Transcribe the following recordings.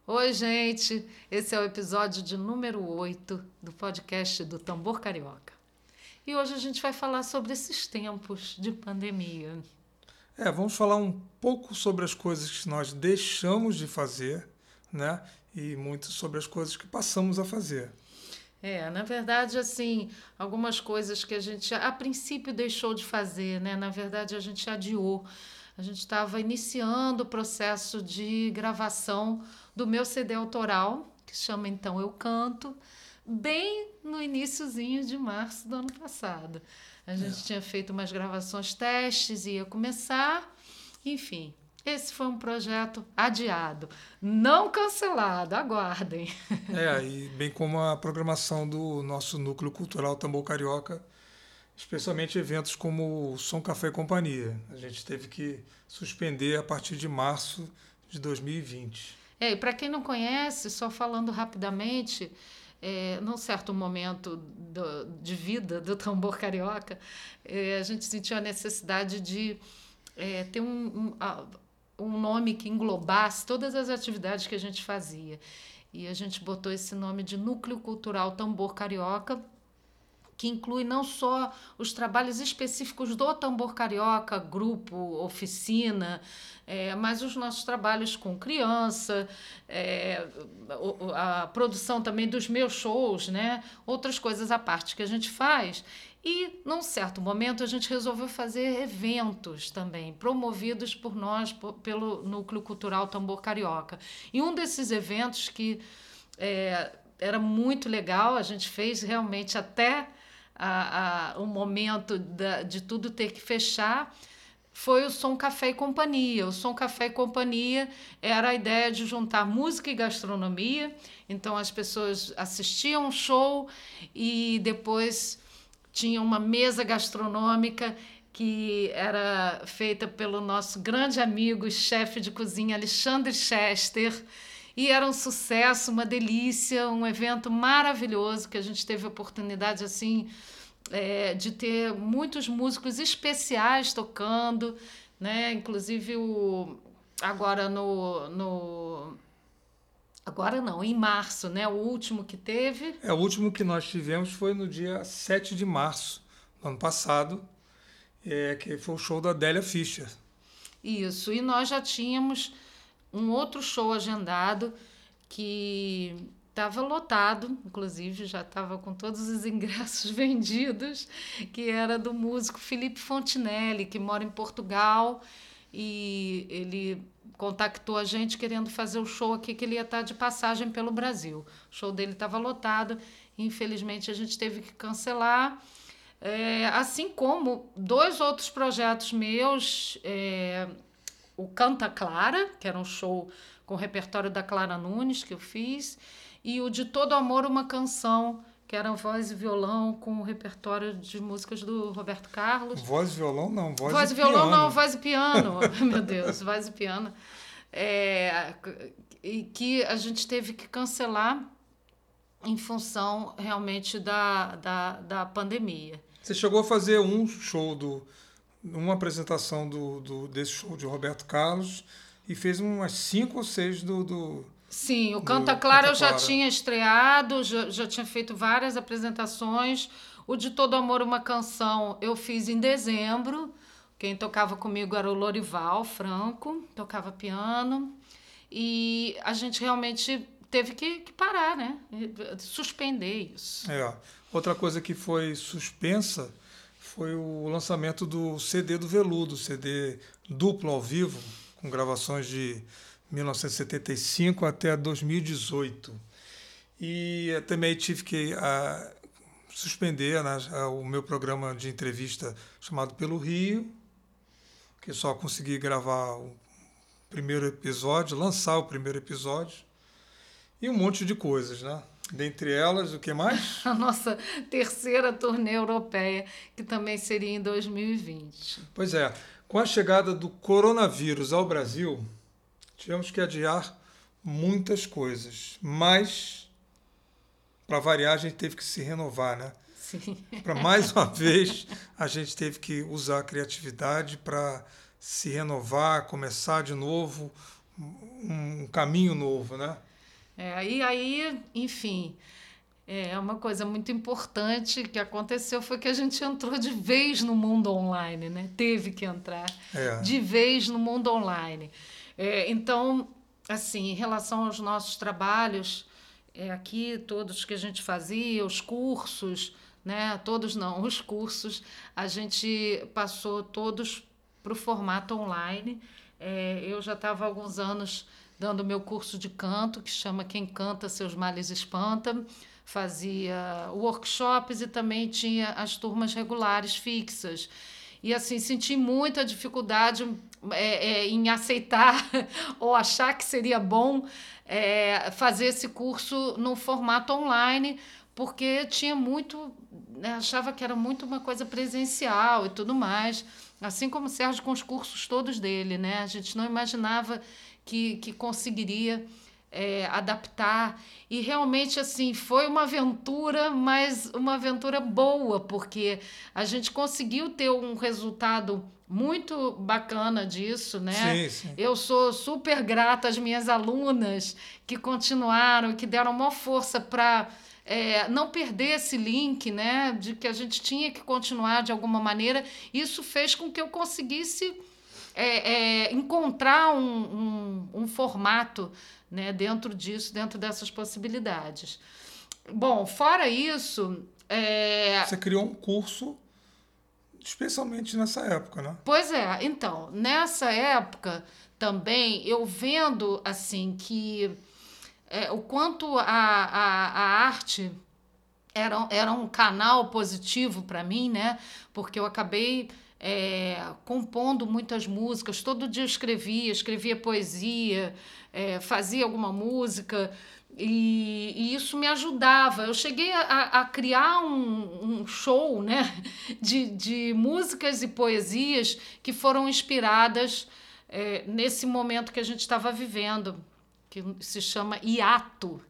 Oi, gente! Esse é o episódio de número 8 do podcast do Tambor Carioca. E hoje a gente vai falar sobre esses tempos de pandemia. Vamos falar um pouco sobre as coisas que nós deixamos de fazer, né? E muito sobre as coisas que passamos a fazer. Na verdade, assim, algumas coisas que a gente a princípio deixou de fazer, né? Na verdade, a gente adiou. A gente estava iniciando o processo de gravação do meu CD autoral, que chama Então Eu Canto, bem no iniciozinho de março do ano passado. A gente É, tinha feito umas gravações testes, ia começar, enfim. Esse foi um projeto adiado, não cancelado, aguardem. e bem como a programação do nosso núcleo cultural Tambor Carioca, especialmente eventos como o Som Café e Companhia. A gente teve que suspender a partir de março de 2020. E para quem não conhece, só falando rapidamente, num certo momento de vida do tambor carioca, a gente sentiu a necessidade de ter um nome que englobasse todas as atividades que a gente fazia. E a gente botou esse nome de Núcleo Cultural Tambor Carioca, que inclui não só os trabalhos específicos do tambor carioca, grupo, oficina, mas os nossos trabalhos com criança, a produção também dos meus shows, né? Outras coisas à parte que a gente faz. E, num certo momento, a gente resolveu fazer eventos também, promovidos por nós, pelo Núcleo Cultural Tambor Carioca. E um desses eventos que era muito legal, a gente fez realmente até o momento de tudo ter que fechar, foi o Som Café e Companhia. O Som Café e Companhia era a ideia de juntar música e gastronomia. Então as pessoas assistiam um show e depois tinha uma mesa gastronômica que era feita pelo nosso grande amigo e chefe de cozinha Alexandre Chester. E era um sucesso, uma delícia, um evento maravilhoso que a gente teve a oportunidade assim de ter muitos músicos especiais tocando, né? Inclusive agora agora não, em março, né? O último que teve. O último que nós tivemos foi no dia 7 de março do ano passado, que foi o show da Adélia Fischer. Isso, e nós já tínhamos um outro show agendado que estava lotado, inclusive já estava com todos os ingressos vendidos, que era do músico Felipe Fontinelli, que mora em Portugal, e ele contactou a gente querendo fazer o show aqui, que ele ia estar de passagem pelo Brasil. O show dele estava lotado, e infelizmente a gente teve que cancelar. Assim como dois outros projetos meus, o Canta Clara, que era um show com o repertório da Clara Nunes que eu fiz, e o De Todo Amor Uma Canção, que era voz e violão com o repertório de músicas do Roberto Carlos. Voz e violão não, voz e Voz e violão não, piano. voz e piano. Meu Deus, voz e piano. É, e que a gente teve que cancelar em função realmente da pandemia. Você chegou a fazer um show uma apresentação desse show de Roberto Carlos e fez umas 5 ou 6 Sim, o Canta do Clara Canta eu já Clara. tinha estreado, já tinha feito várias apresentações. O De Todo Amor, Uma Canção, eu fiz em dezembro. Quem tocava comigo era o Lorival Franco, tocava piano. E a gente realmente teve que parar, né? Suspender isso. Outra coisa que foi suspensa foi o lançamento do CD do Veludo, CD duplo ao vivo, com gravações de 1975 até 2018. E também tive que suspender, né, o meu programa de entrevista chamado Pelo Rio, que só consegui gravar o primeiro episódio, lançar o primeiro episódio, e um monte de coisas, né? Dentre elas, o que mais? A nossa terceira turnê europeia, que também seria em 2020. Pois é, com a chegada do coronavírus ao Brasil, tivemos que adiar muitas coisas, mas, para variar, a gente teve que se renovar, né? Sim. Para mais uma vez, a gente teve que usar a criatividade para se renovar, começar de novo, um caminho novo, né? E aí, enfim, uma coisa muito importante que aconteceu foi que a gente entrou de vez no mundo online, né? Teve que entrar de vez no mundo online. Então, assim, em relação aos nossos trabalhos, aqui, todos que a gente fazia, os cursos, né? Todos não, os cursos, a gente passou todos para o formato online. Eu já estava há alguns anos dando meu curso de canto, que chama Quem Canta Seus Males Espanta. Fazia workshops e também tinha as turmas regulares fixas. E assim, senti muita dificuldade em aceitar ou achar que seria bom fazer esse curso no formato online, porque tinha muito, né, achava que era muito uma coisa presencial e tudo mais, assim como o Sérgio com os cursos todos dele, né? A gente não imaginava que conseguiria adaptar. E realmente, assim, foi uma aventura, mas uma aventura boa, porque a gente conseguiu ter um resultado muito bacana disso, né? Sim, sim. Eu sou super grata às minhas alunas que continuaram, que deram maior força para não perder esse link, né? De que a gente tinha que continuar de alguma maneira. Isso fez com que eu conseguisse encontrar um formato, né, dentro disso, dentro dessas possibilidades. Bom, fora isso. Você criou um curso, especialmente nessa época, né? Pois é, então, nessa época também eu vendo assim que o quanto a arte era um canal positivo para mim, né? Porque eu acabei compondo muitas músicas. Todo dia eu escrevia poesia, fazia alguma música. E isso me ajudava. Eu cheguei a criar um show, né, de músicas e poesias que foram inspiradas nesse momento que a gente estava vivendo, que se chama hiato.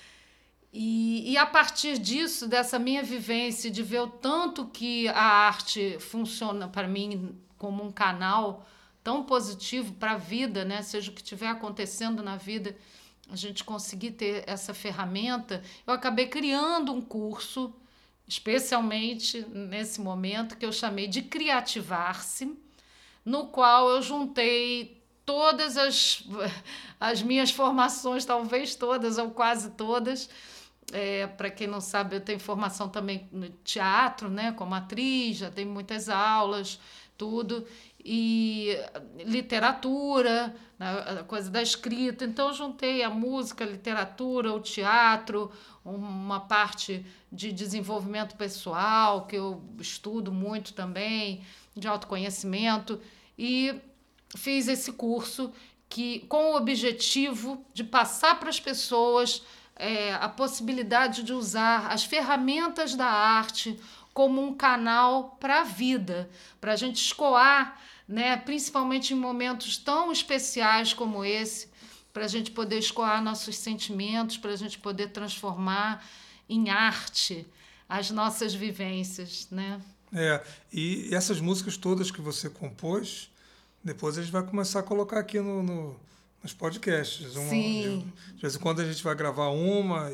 E a partir disso, dessa minha vivência, de ver o tanto que a arte funciona para mim como um canal tão positivo para a vida, né? Seja o que estiver acontecendo na vida, a gente conseguir ter essa ferramenta, eu acabei criando um curso, especialmente nesse momento, que eu chamei de Criativar-se, no qual eu juntei todas as minhas formações, talvez todas ou quase todas. Para quem não sabe, eu tenho formação também no teatro, né, como atriz, já tenho muitas aulas, tudo, e literatura, né, a coisa da escrita. Então, eu juntei a música, a literatura, o teatro, uma parte de desenvolvimento pessoal, que eu estudo muito também, de autoconhecimento, e fiz esse curso com o objetivo de passar para as pessoas a possibilidade de usar as ferramentas da arte como um canal para a vida, para a gente escoar, né, principalmente em momentos tão especiais como esse, para a gente poder escoar nossos sentimentos, para a gente poder transformar em arte as nossas vivências, né? E essas músicas todas que você compôs, depois a gente vai começar a colocar aqui nos podcasts. Sim. De vez em quando a gente vai gravar uma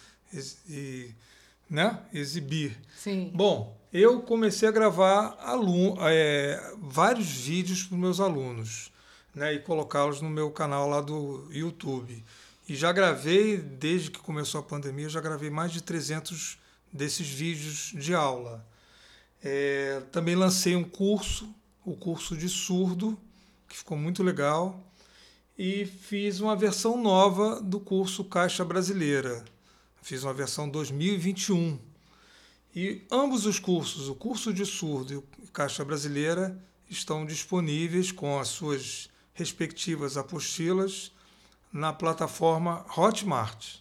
e né, exibir. Sim. Bom, eu comecei a gravar vários vídeos para os meus alunos, né, e colocá-los no meu canal lá do YouTube. E já gravei, desde que começou a pandemia, já gravei mais de 300 desses vídeos de aula. Também lancei um curso, o curso de surdo, que ficou muito legal. E fiz uma versão nova do curso Caixa Brasileira. Fiz uma versão 2021. E ambos os cursos, o curso de surdo e o Caixa Brasileira, estão disponíveis com as suas respectivas apostilas na plataforma Hotmart.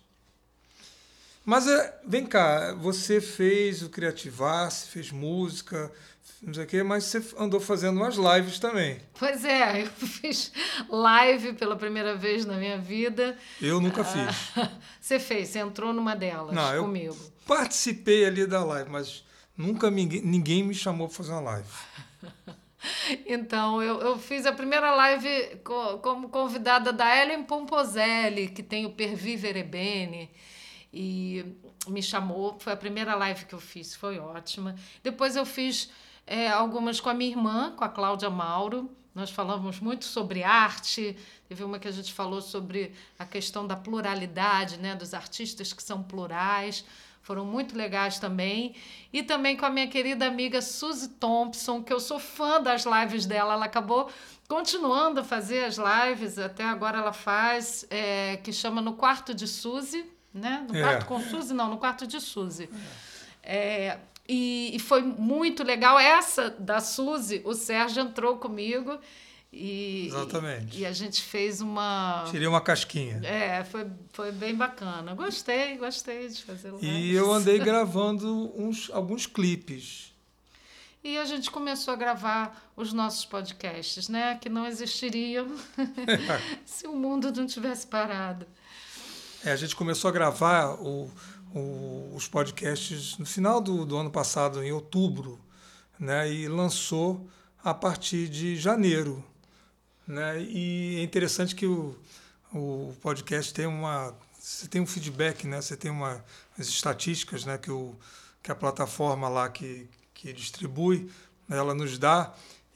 Mas vem cá, você fez o Criativar-se, fez música, não sei o quê, mas você andou fazendo umas lives também. Pois eu fiz live pela primeira vez na minha vida. Eu nunca fiz. Você entrou numa delas comigo. Eu participei ali da live, mas nunca ninguém me chamou para fazer uma live. Então, eu fiz a primeira live como convidada da Ellen Pomposelli, que tem o Per Vivere Bene, e me chamou. Foi a primeira live que eu fiz, foi ótima. Depois eu fiz algumas com a minha irmã, com a Cláudia Mauro. Nós falamos muito sobre arte. Teve uma que a gente falou sobre a questão da pluralidade, né, dos artistas que são plurais. Foram muito legais também. E também com a minha querida amiga Suzy Thompson, que eu sou fã das lives dela. Ela acabou continuando a fazer as lives, até agora ela faz, que chama No Quarto de Suzy, né? No quarto com Suzy, não, No Quarto de Suzy. E foi muito legal. Essa da Suzy, o Sérgio entrou comigo Exatamente. e a gente fez uma... Tirei uma casquinha. Foi bem bacana. Gostei de fazer lives. E eu andei gravando alguns clipes. E a gente começou a gravar os nossos podcasts, né? Que não existiriam se o mundo não tivesse parado. A gente começou a gravar os podcasts no final do ano passado, em outubro, né? E lançou a partir de janeiro. Né? E é interessante que o podcast você tem um feedback, né? Você tem umas estatísticas, né? Que a plataforma lá que distribui, ela nos dá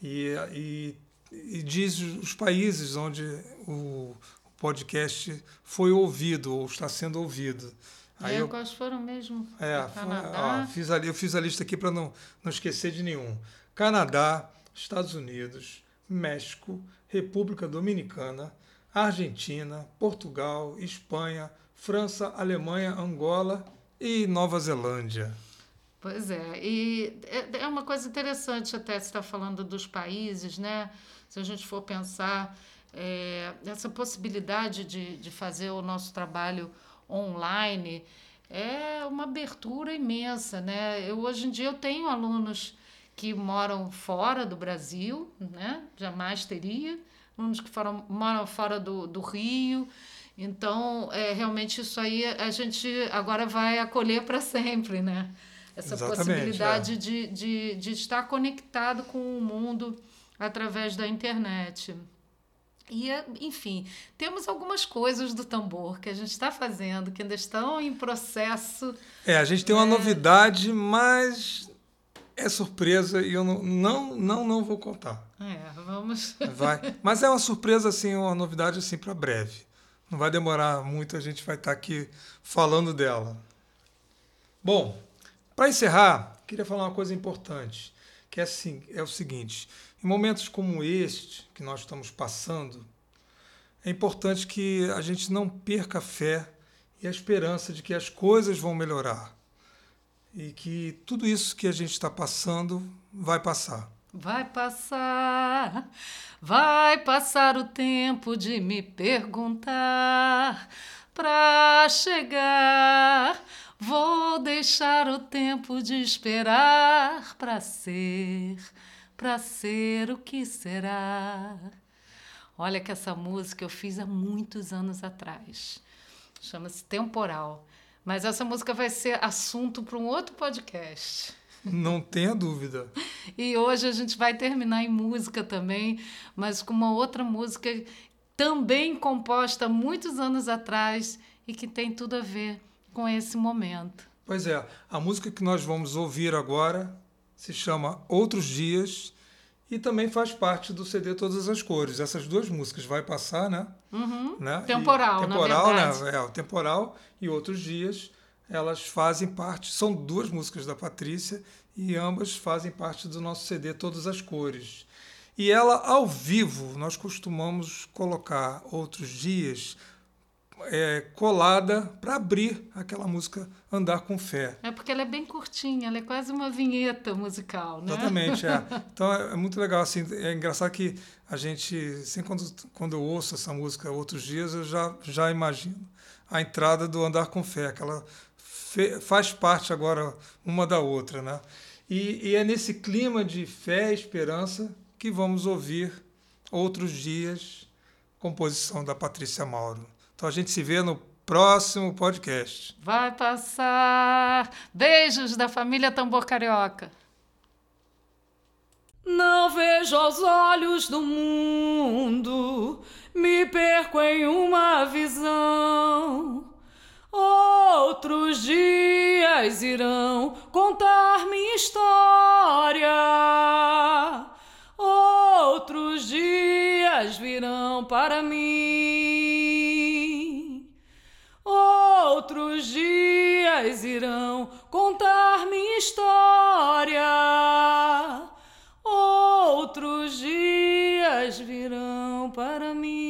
e diz os países onde o podcast foi ouvido ou está sendo ouvido. Quais foram mesmo? Canadá. Eu fiz a lista aqui para não esquecer de nenhum. Canadá, Estados Unidos, México, República Dominicana, Argentina, Portugal, Espanha, França, Alemanha, Angola e Nova Zelândia. Pois é, e é uma coisa interessante até você estar falando dos países, né? Se a gente for pensar essa possibilidade de fazer o nosso trabalho online é uma abertura imensa, né? Hoje em dia eu tenho alunos que moram fora do Brasil, né? Jamais teria, alunos que moram fora do Rio. Então, realmente isso aí a gente agora vai acolher para sempre, né? Essa possibilidade de estar conectado com o mundo através da internet. E, enfim, temos algumas coisas do tambor que a gente está fazendo, que ainda estão em processo. A gente tem uma novidade, mas é surpresa e eu não vou contar. Vamos... Mas é uma surpresa, assim, uma novidade assim, para breve. Não vai demorar muito, a gente vai estar aqui falando dela. Bom, para encerrar, queria falar uma coisa importante, que é o seguinte: em momentos como este que nós estamos passando, é importante que a gente não perca a fé e a esperança de que as coisas vão melhorar e que tudo isso que a gente está passando vai passar. Vai passar o tempo de me perguntar pra chegar. Vou deixar o tempo de esperar pra ser o que será. Olha que essa música eu fiz há muitos anos atrás. Chama-se Temporal. Mas essa música vai ser assunto para um outro podcast. Não tenha dúvida. E hoje a gente vai terminar em música também, mas com uma outra música também composta há muitos anos atrás e que tem tudo a ver com esse momento. Pois é, a música que nós vamos ouvir agora se chama Outros Dias e também faz parte do CD Todas as Cores. Essas duas músicas vai passar, né? Né? Temporal, na verdade. Né? O Temporal e Outros Dias, elas fazem parte, são duas músicas da Patrícia e ambas fazem parte do nosso CD Todas as Cores. E ela, ao vivo, nós costumamos colocar Outros Dias colada para abrir aquela música Andar com Fé. É porque ela é bem curtinha, ela é quase uma vinheta musical, né? Exatamente, Então é muito legal, assim, é engraçado que a gente, assim, quando eu ouço essa música Outros Dias, eu já imagino a entrada do Andar com Fé, que ela faz parte agora uma da outra, né? E é nesse clima de fé e esperança que vamos ouvir Outros Dias, composição da Patrícia Mauro. Então a gente se vê no próximo podcast. Vai passar. Beijos da família Tambor Carioca. Não vejo aos olhos do mundo, me perco em uma visão. Outros dias irão contar minha história. Outros dias virão para mim. Outros dias irão contar minha história. Outros dias virão para mim.